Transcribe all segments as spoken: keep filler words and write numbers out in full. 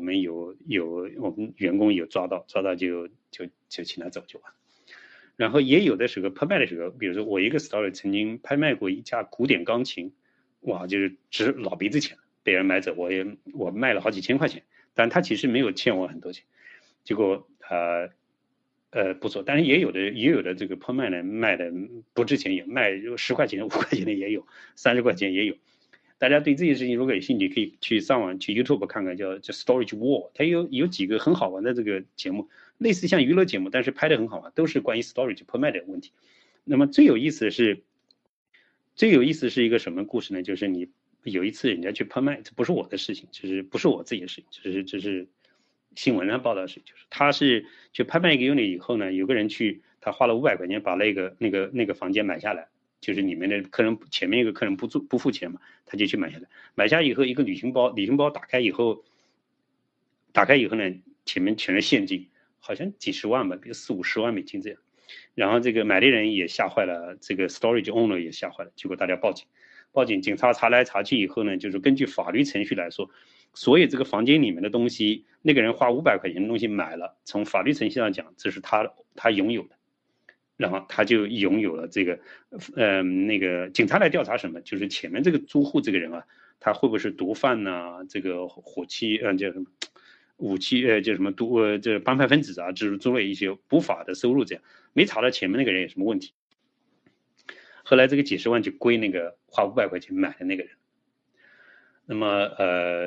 们有有我们员工有抓到抓到就就就请他走就完。然后也有的时候拍卖的时候，比如说我一个 story 曾经拍卖过一架古典钢琴，哇，就是值老鼻子钱，被人买走，我也我卖了好几千块钱，但他其实没有欠我很多钱，结果呃呃不错，但是也有的也有的这个拍卖呢卖的不值钱，也卖十块钱五块钱的也有，三十块钱也有。大家对这些事情如果有兴趣，可以去上网去 YouTube 看看，叫叫 Storage War， 它有有几个很好玩的这个节目，类似像娱乐节目，但是拍的很好玩，都是关于 storage 拍卖的问题。那么最有意思的是，最有意思是一个什么故事呢？就是你有一次人家去拍卖，这不是我的事情，就是不是我自己的事情，就是这是新闻上报道的事情，就是他是去拍卖一个 unit 以后呢，有个人去，他花了五百块钱把那个那个那个房间买下来。就是里面的客人前面一个客人不住不付钱嘛，他就去买下来。买下以后，一个旅行包，旅行包打开以后，打开以后呢，前面全是现金，好像几十万吧，比如四五十万美金这样。然后这个买的人也吓坏了，这个 storage owner 也吓坏了，结果大家报警，报警，警察查来查去以后呢，就是根据法律程序来说，所有这个房间里面的东西，那个人花五百块钱的东西买了，从法律程序上讲，这是他他拥有的。然后他就拥有了这个，呃，那个警察来调查什么？就是前面这个租户这个人啊，他会不会是毒贩呐、啊？这个火器，呃，叫什么武器，呃，叫什么毒，呃，这帮派分子啊，诸诸类一些不法的收入，这样没查到前面那个人有什么问题。后来这个几十万就归那个花五百块钱买的那个人。那么，呃，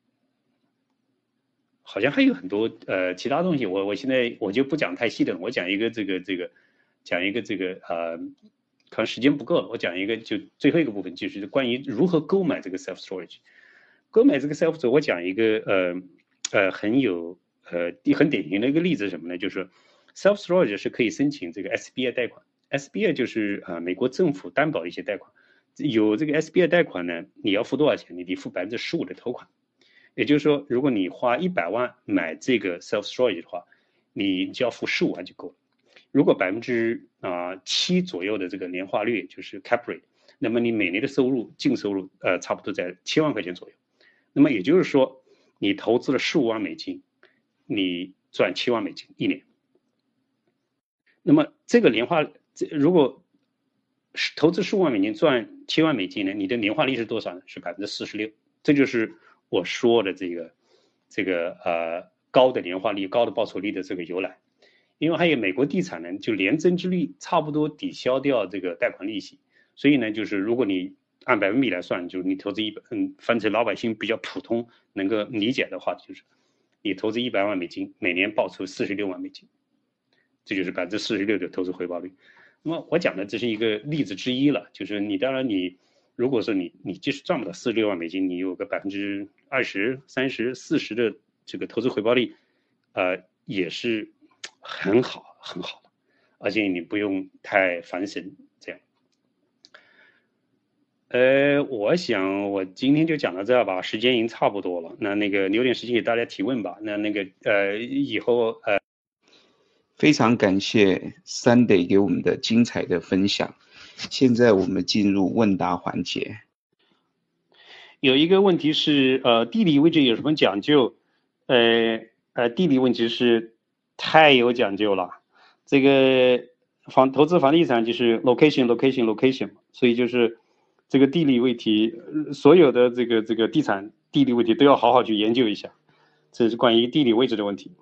好像还有很多呃其他东西，我我现在我就不讲太细的了，我讲一个这个这个。讲一个这个呃，可能时间不够了，我讲一个就最后一个部分，就是关于如何购买这个 self storage。购买这个 self storage，我讲一个呃呃很有呃很典型的一个例子是什么呢？就是 self storage 是可以申请这个 S B I 贷款 ，S B I 就是啊、呃、美国政府担保的一些贷款，有这个 S B I 贷款呢，你要付多少钱？你得付百分之十五的头款，也就是说，如果你花一百万买这个 self storage 的话，你就要付十五万就够了。如果百分之啊七左右的这个年化率，就是 cap rate， 那么你每年的收入净收入呃差不多在七万块钱左右。那么也就是说，你投资了十五万美金，你赚七万美金一年。那么这个年化，如果投资十五万美金赚七万美金呢，你的年化率是多少呢？是百分之四十六。这就是我说的这个这个呃高的年化率、高的报酬率的这个由来。因为还有美国地产呢，就年增值率差不多抵消掉这个贷款利息，所以呢，就是如果你按百分比来算，就是你投资一百，嗯，翻成老百姓比较普通能够理解的话，就是你投资一百万美金，每年报酬四十六万美金，这就是百分之四十六的投资回报率。那么我讲的这是一个例子之一了，就是你当然你如果说你你即使赚不到四十六万美金，你有个百分之二十、三十、四十的这个投资回报率，呃，也是很好很好的，而且你不用太烦神这样。呃，我想我今天就讲到这儿吧，时间已经差不多了。那那个留点时间给大家提问吧。那那个呃，以后呃， 非常感谢 Sunday 给我们的精彩的分享。现在我们进入问答环节。 有一个问题是，呃，地理位置有什么讲究？呃呃，地理问题是太有讲究了。这个房投资房地产就是 location location location， 所以就是这个地理问题，所有的这个这个地产地理问题都要好好去研究一下。这是关于地理位置的问题。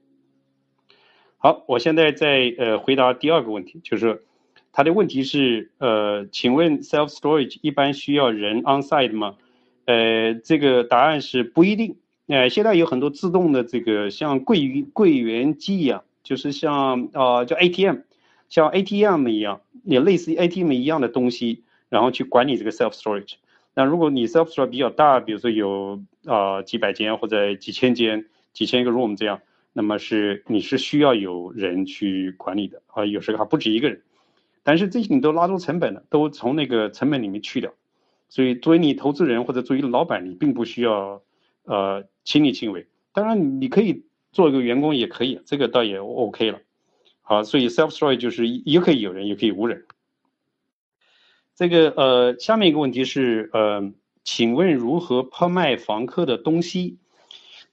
好，我现在在呃回答第二个问题，就是他的问题是呃，请问 self storage 一般需要人 on site 吗？呃，这个答案是不一定。呃，现在有很多自动的这个像柜柜员机一样，就是像啊、呃、叫 A T M， 像 A T M 一样，也类似于 A T M 一样的东西，然后去管理这个 self storage。那如果你 self storage 比较大，比如说有啊、呃、几百间或者几千间、几千个 room 这样，那么是你是需要有人去管理的啊、呃，有时候还不止一个人。但是这些你都拉出成本了，都从那个成本里面去掉。所以作为你投资人或者作为老板，你并不需要呃亲力亲为。当然你可以做一个员工也可以，这个倒也 OK 了。好，所以 self storage 就是也可以有人，也可以无人。这个呃，下面一个问题是呃，请问如何拍卖房客的东西？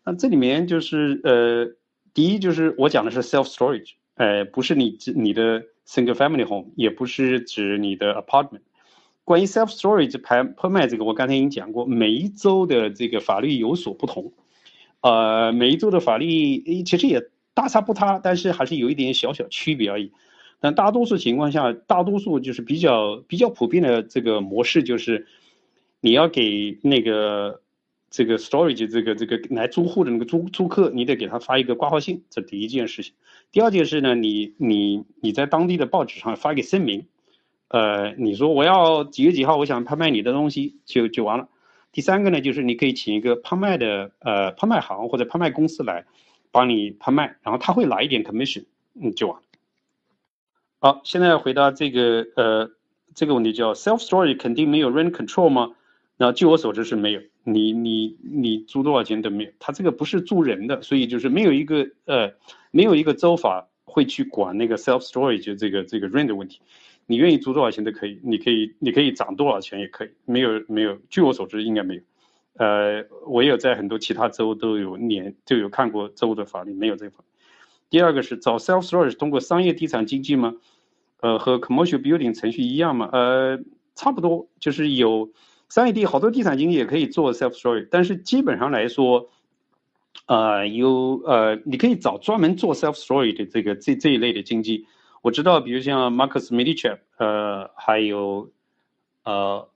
那这里面就是呃，第一就是我讲的是 self storage，呃，不是你你的 single family home，也不是指你的 apartment。关于 self storage 拍拍卖这个，我刚才已经讲过，每一州的这个法律有所不同，呃，每一州的法律其实也大差不差，但是还是有一点小小区别而已。但大多数情况下，大多数就是比较比较普遍的这个模式就是，你要给那个这个 storage 这个这个来租户的那个租租客，你得给他发一个挂号信，这第一件事情。第二件事呢，你你你在当地的报纸上发一个声明，呃，你说我要几月几号，我想拍卖你的东西，就就完了。第三个呢，就是你可以请一个拍卖的呃拍卖行或者拍卖公司来帮你拍卖，然后他会拿一点 commission， 嗯，就完了。好，现在回答这个呃这个问题，叫 self storage 肯定没有 rent control 吗？那据我所知是没有，你你你租多少钱都没有，它这个不是租人的，所以就是没有一个呃没有一个州法会去管那个 self storage 这个这个 rent 的问题，你愿意租多少钱都可以，你可以你可以涨多少钱也可以，没有没有，据我所知应该没有。呃，我也有在很多其他州都有年就有看过州的法律，没有这个法律。第二个是找 self storage 通过商业地产经济吗？呃，和 commercial building 程序一样吗？呃，差不多，就是有商业地，好多地产经纪也可以做 self storage，但是基本上来说，呃，有呃，你可以找专门做 self storage 的这个这这一类的经纪。我知道，比如像 Marcus Medici， 呃，还有呃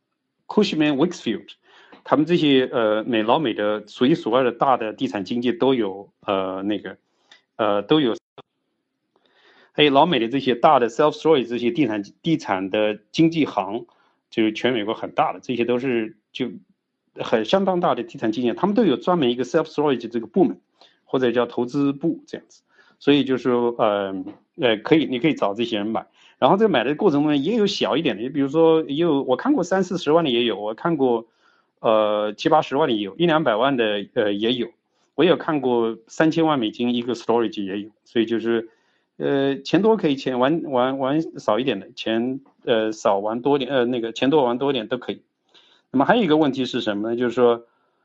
Cushman Wakefield， 他们这些呃美老美的数一数二的大的地产经纪都有呃那个呃都有。还有老美的这些大的 self storage 这些地产地产的经纪行，就是全美国很大的，这些都是就很相当大的地产经纪，他们都有专门一个 self storage 这个部门，或者叫投资部这样子。所以就是说，呃呃，可以，你可以找这些人买。然后这个买的过程中也有小一点的，比如说也有我看过三四十万的也有，我看过呃七八十万的也有，一两百万的呃也有，我也有看过三千万美金一个 storage 也有，所以就是。呃，钱多可以，钱玩玩玩少一点的，钱呃少玩多点，呃那个钱多玩多点都可以。那么还有一个问题是什么呢？就是说，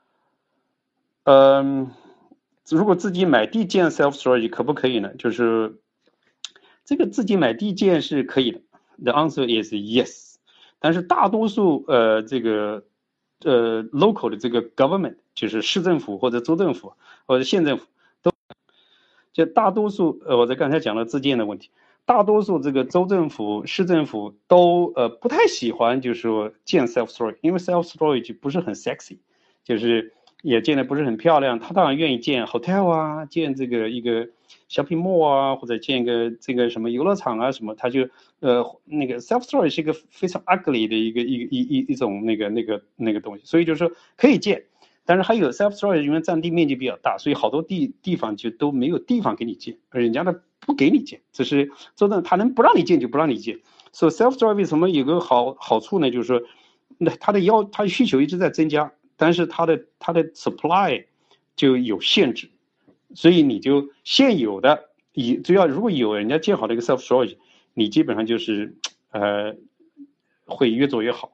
嗯、呃，如果自己买地建 self storage 可不可以呢？就是这个自己买地建是可以的。The answer is yes。但是大多数呃这个呃 local 的这个 government 就是市政府或者州政府或者县政府。就大多数，呃，我在刚才讲了自建的问题，大多数这个州政府、市政府都呃不太喜欢，就是说建 self storage，因为 self storage 不是很 sexy， 就是也建的不是很漂亮。他当然愿意建 hotel 啊，建这个一个 shopping mall 啊，或者建一个这个什么游乐场啊什么，他就呃那个 self storage 是一个非常 ugly 的一个一一一一种那个那个那个东西，所以就是说可以建。但是还有 self storage 因为占地面积比较大，所以好多地地方就都没有地方给你建，人家的不给你建，这是真的，他能不让你建就不让你建。所以 self storage 为什么有个好好处呢？就是说，那它的要它的需求一直在增加，但是它的它的 supply 就有限制，所以你就现有的以只要如果有人家建好的一个 self storage， 你基本上就是呃会越做越好。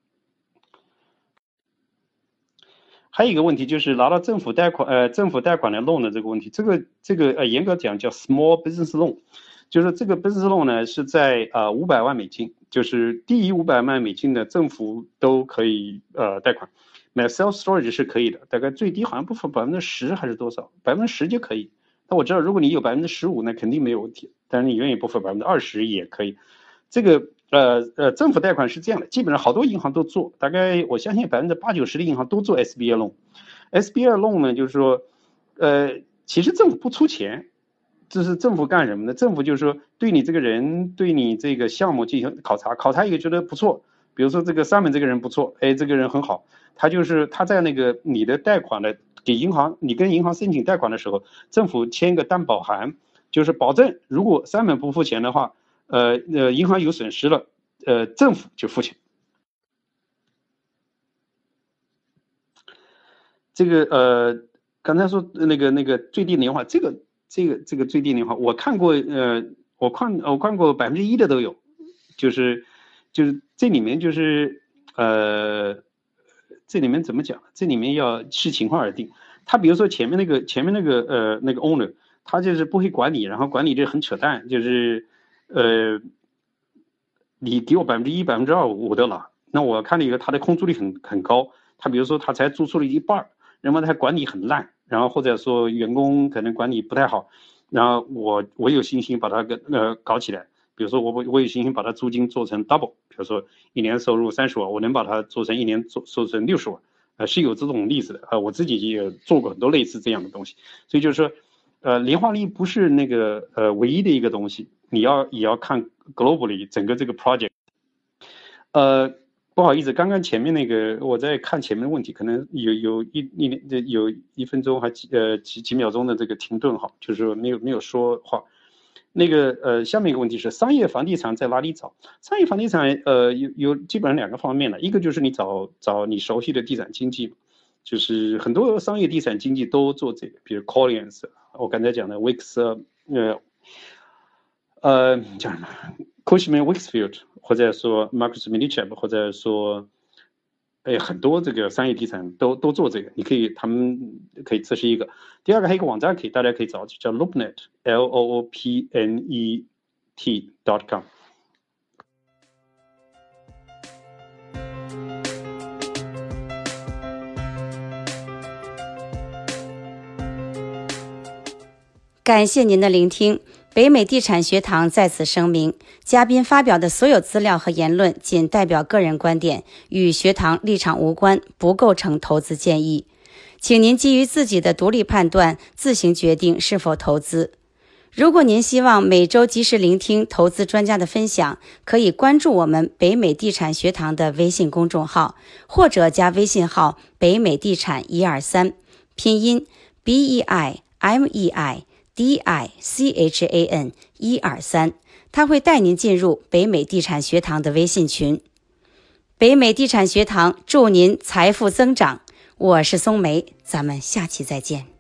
还有一个问题就是拿到政府贷款，呃，政府贷款的 loan 的这个问题，这个这个呃，严格讲叫 small business loan， 就是这个 business loan 呢是在呃五百万美金，就是低于五百万美金的政府都可以呃贷款，买 self storage 是可以的，大概最低好像不分百分之十还是多少，百分之十就可以。那我知道如果你有百分之十五，那肯定没有问题，但是你愿意不分百分之二十也可以，这个。呃呃，政府贷款是这样的，基本上好多银行都做，大概我相信百分之八九十的银行都做 S B A loan。S B A loan 呢，就是说，呃，其实政府不出钱，这是政府干什么呢？政府就是说对你这个人，对你这个项目进行考察，考察一个觉得不错，比如说这个上面这个人不错，哎，这个人很好，他就是他在那个你的贷款的给银行，你跟银行申请贷款的时候，政府签个担保函，就是保证如果上面不付钱的话。呃呃，银行有损失了，呃，政府就付钱。这个呃，刚才说那个那个最低年化，这个这个这个最低年化，我看过，呃，我看我看过百分之一的都有，就是就是这里面就是呃，这里面怎么讲？这里面要视情况而定。 他比如说前面那个前面那个呃那个 owner， 他就是不会管理，然后管理这很扯淡，就是呃你给我百分之一百分之二我都拿。那我看了一个他的空租率很很高，他比如说他才租出了一半，然后他管理很烂，然后或者说员工可能管理不太好，然后我我有信心把它给呃搞起来。比如说我我有信心把它租金做成 double， 比如说一年收入三十万，我能把它做成一年做做成六十万，呃是有这种例子的，呃我自己也做过很多类似这样的东西。所以就是说，呃年化利不是那个呃唯一的一个东西，你要也要看 globally 整个这个 project。呃不好意思，刚刚前面那个我在看前面的问题，可能有有一一有一分钟还几呃几几秒钟的这个停顿，哈，就是说没有没有说话。那个呃，下面一个问题是商业房地产在哪里找？商业房地产呃有有基本上两个方面的，一个就是你找找你熟悉的地产经纪，就是很多商业地产经纪都做这个，比如 Colliers， 我刚才讲的 Wicks 呃呃叫什么 Cushman Wakefield， 或者说 Marcus Millichap， 或者说哎，很多这个商业地产都都做这个，你可以，他们可以，这是一个。第二个还有一个网站可以，大家可以找，叫 LoopNet L O O P N E T dot com。 感谢您的聆听。北美地产学堂在此声明，嘉宾发表的所有资料和言论仅代表个人观点，与学堂立场无关，不构成投资建议。请您基于自己的独立判断，自行决定是否投资。如果您希望每周及时聆听投资专家的分享，可以关注我们北美地产学堂的微信公众号，或者加微信号北美地产一二三，拼音 B E I M E I D I C H A N 一二三，他会带您进入北美地产学堂的微信群。北美地产学堂祝您财富增长，我是松梅，咱们下期再见。